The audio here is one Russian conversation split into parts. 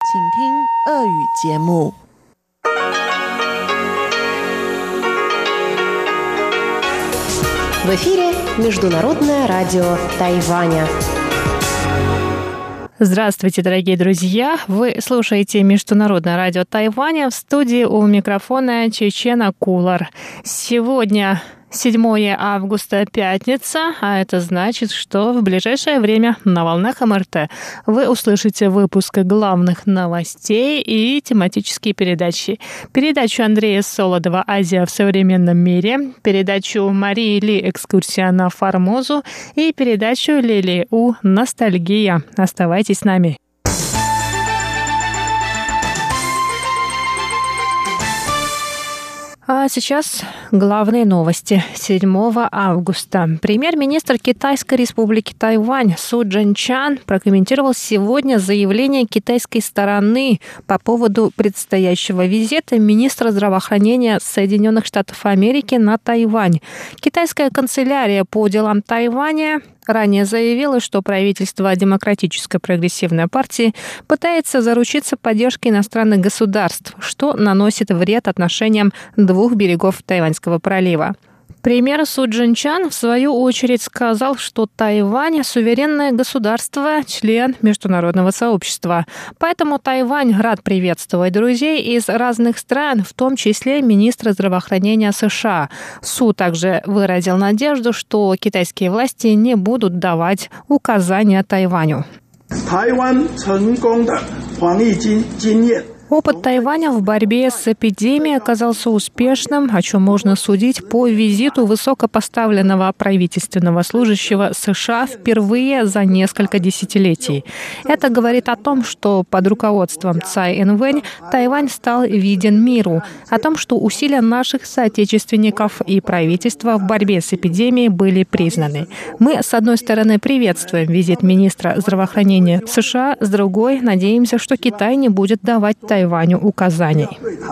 请听俄语节目。 В эфире Международное радио Тайваня. Здравствуйте, дорогие друзья! Вы слушаете Международное радио Тайваня. В студии у микрофона Чечена Кулар. Сегодня 7 августа, пятница, а это значит, что в ближайшее время на волнах МРТ вы услышите выпуск главных новостей и тематические передачи. Передачу Андрея Солодова «Азия в современном мире», передачу Марии Ли «Экскурсия на Формозу» и передачу Лили У «Ностальгия». Оставайтесь с нами. А сейчас главные новости 7 августа. Премьер-министр Китайской республики Тайвань Су Чжэньчан прокомментировал сегодня заявление китайской стороны по поводу предстоящего визита министра здравоохранения Соединенных Штатов Америки на Тайвань. Китайская канцелярия по делам Тайваня ранее заявила, что правительство Демократической прогрессивной партии пытается заручиться поддержкой иностранных государств, что наносит вред отношениям двух берегов Тайваньского пролива. Премьер Су Чжэньчан, в свою очередь, сказал, что Тайвань – суверенное государство, член международного сообщества. Поэтому Тайвань рад приветствовать друзей из разных стран, в том числе министра здравоохранения США. Су также выразил надежду, что китайские власти не будут давать указания Тайваню. Опыт Тайваня в борьбе с эпидемией оказался успешным, о чем можно судить по визиту высокопоставленного правительственного служащего США впервые за несколько десятилетий. Это говорит о том, что под руководством Цай Инвэнь Тайвань стал виден миру, о том, что усилия наших соотечественников и правительства в борьбе с эпидемией были признаны. Мы, с одной стороны, приветствуем визит министра здравоохранения США, с другой, надеемся, что Китай не будет давать Тайваню указаний.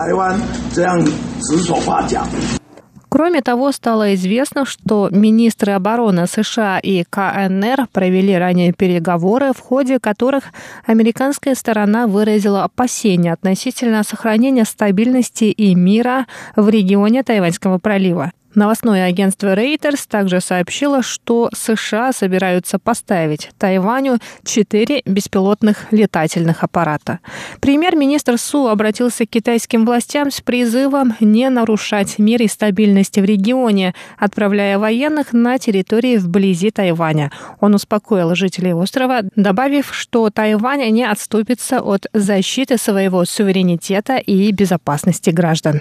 Кроме того, стало известно, что министры обороны США и КНР провели ранее переговоры, в ходе которых американская сторона выразила опасения относительно сохранения стабильности и мира в регионе Тайваньского пролива. Новостное агентство Reuters также сообщило, что США собираются поставить Тайваню 4 беспилотных летательных аппарата. Премьер-министр Су обратился к китайским властям с призывом не нарушать мир и стабильность в регионе, отправляя военных на территории вблизи Тайваня. Он успокоил жителей острова, добавив, что Тайвань не отступится от защиты своего суверенитета и безопасности граждан.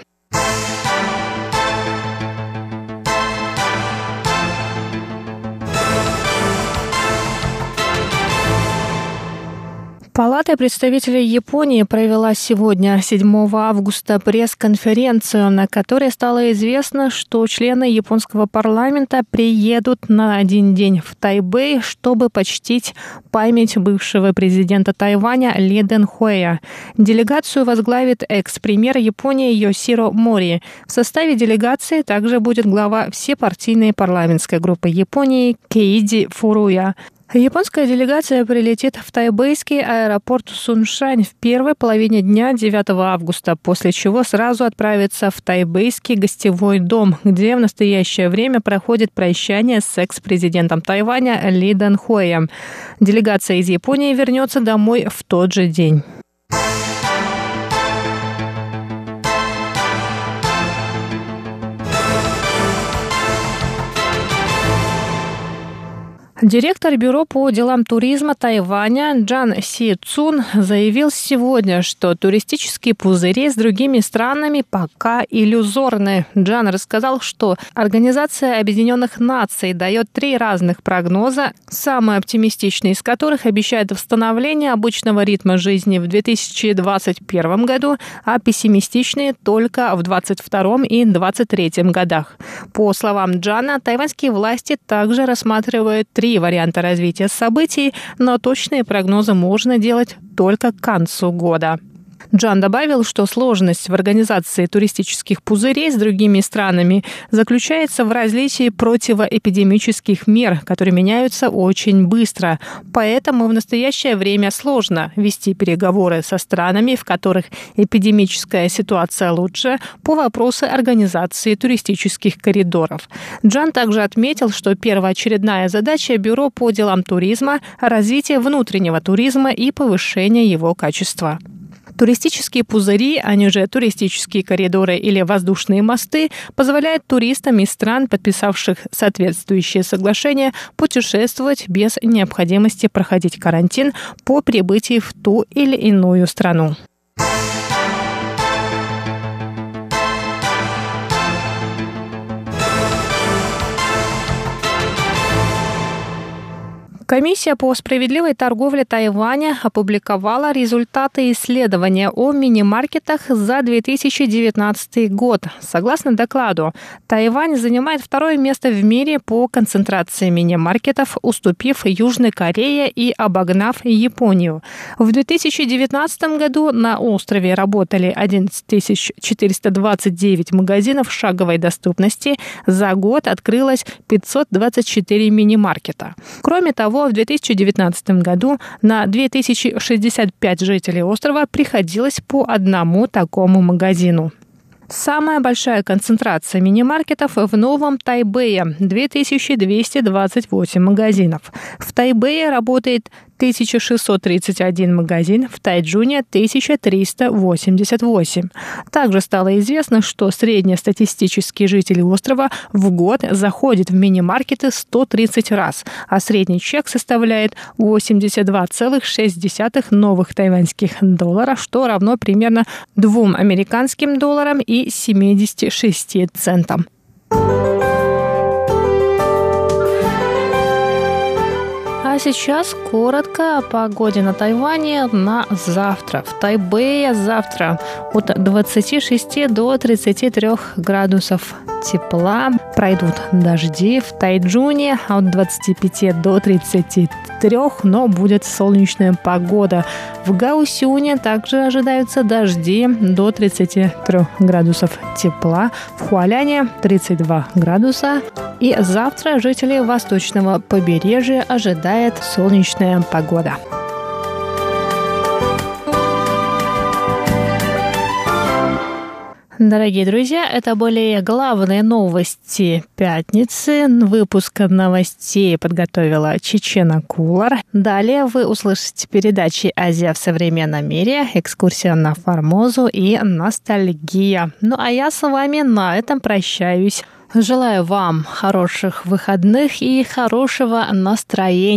Палата представителей Японии провела сегодня, 7 августа, пресс-конференцию, на которой стало известно, что члены японского парламента приедут на один день в Тайбэй, чтобы почтить память бывшего президента Тайваня Ли Дэнхуэя. Делегацию возглавит экс-премьер Японии Йосиро Мори. В составе делегации также будет глава всепартийной парламентской группы Японии Кейиди Фуруя. Японская делегация прилетит в тайбэйский аэропорт Суншань в первой половине дня 9 августа, после чего сразу отправится в тайбэйский гостевой дом, где в настоящее время проходит прощание с экс-президентом Тайваня Ли Дэнхуэем. Делегация из Японии вернется домой в тот же день. Директор Бюро по делам туризма Тайваня Джан Си Цун заявил сегодня, что туристические пузыри с другими странами пока иллюзорны. Джан рассказал, что Организация Объединенных Наций дает 3 разных прогноза, самый оптимистичный из которых обещает восстановление обычного ритма жизни в 2021 году, а пессимистичные только в 2022 и 2023 годах. По словам Джана, тайваньские власти также рассматривают 3 варианта развития событий, но точные прогнозы можно делать только к концу года. Джан добавил, что сложность в организации туристических пузырей с другими странами заключается в различии противоэпидемических мер, которые меняются очень быстро. Поэтому в настоящее время сложно вести переговоры со странами, в которых эпидемическая ситуация лучше, по вопросу организации туристических коридоров. Джан также отметил, что первоочередная задача Бюро по делам туризма – развитие внутреннего туризма и повышение его качества. Туристические пузыри, они же туристические коридоры или воздушные мосты, позволяют туристам из стран, подписавших соответствующие соглашения, путешествовать без необходимости проходить карантин по прибытии в ту или иную страну. Комиссия по справедливой торговле Тайваня опубликовала результаты исследования о мини-маркетах за 2019 год. Согласно докладу, Тайвань занимает второе место в мире по концентрации мини-маркетов, уступив Южной Корее и обогнав Японию. В 2019 году на острове работали 11 429 магазинов шаговой доступности. За год открылось 524 мини-маркета. Кроме того, в 2019 году на 2065 жителей острова приходилось по одному такому магазину. Самая большая концентрация мини-маркетов в Новом Тайбэе – 2228 магазинов. В Тайбэе работает 1631 магазин, в Тайчжуне – 1388. Также стало известно, что среднестатистический житель острова в год заходит в мини-маркеты 130 раз, а средний чек составляет 82,6 новых тайваньских долларов, что равно примерно 2 американским долларам и 76 центам. А сейчас коротко о погоде на Тайване на завтра. В Тайбэе завтра от 26 до 33 градусов тепла. Пройдут дожди. В Тайчжуне от 25 до 33, но будет солнечная погода. В Гаосюне также ожидаются дожди до 33 градусов тепла. В Хуаляне 32 градуса. И завтра жители восточного побережья ожидает солнечная погода. Дорогие друзья, это были главные новости пятницы. Выпуск новостей подготовила Чечена Кулар. Далее вы услышите передачи «Азия в современном мире», «Экскурсия на Формозу» и «Ностальгия». Ну а я с вами на этом прощаюсь. Желаю вам хороших выходных и хорошего настроения.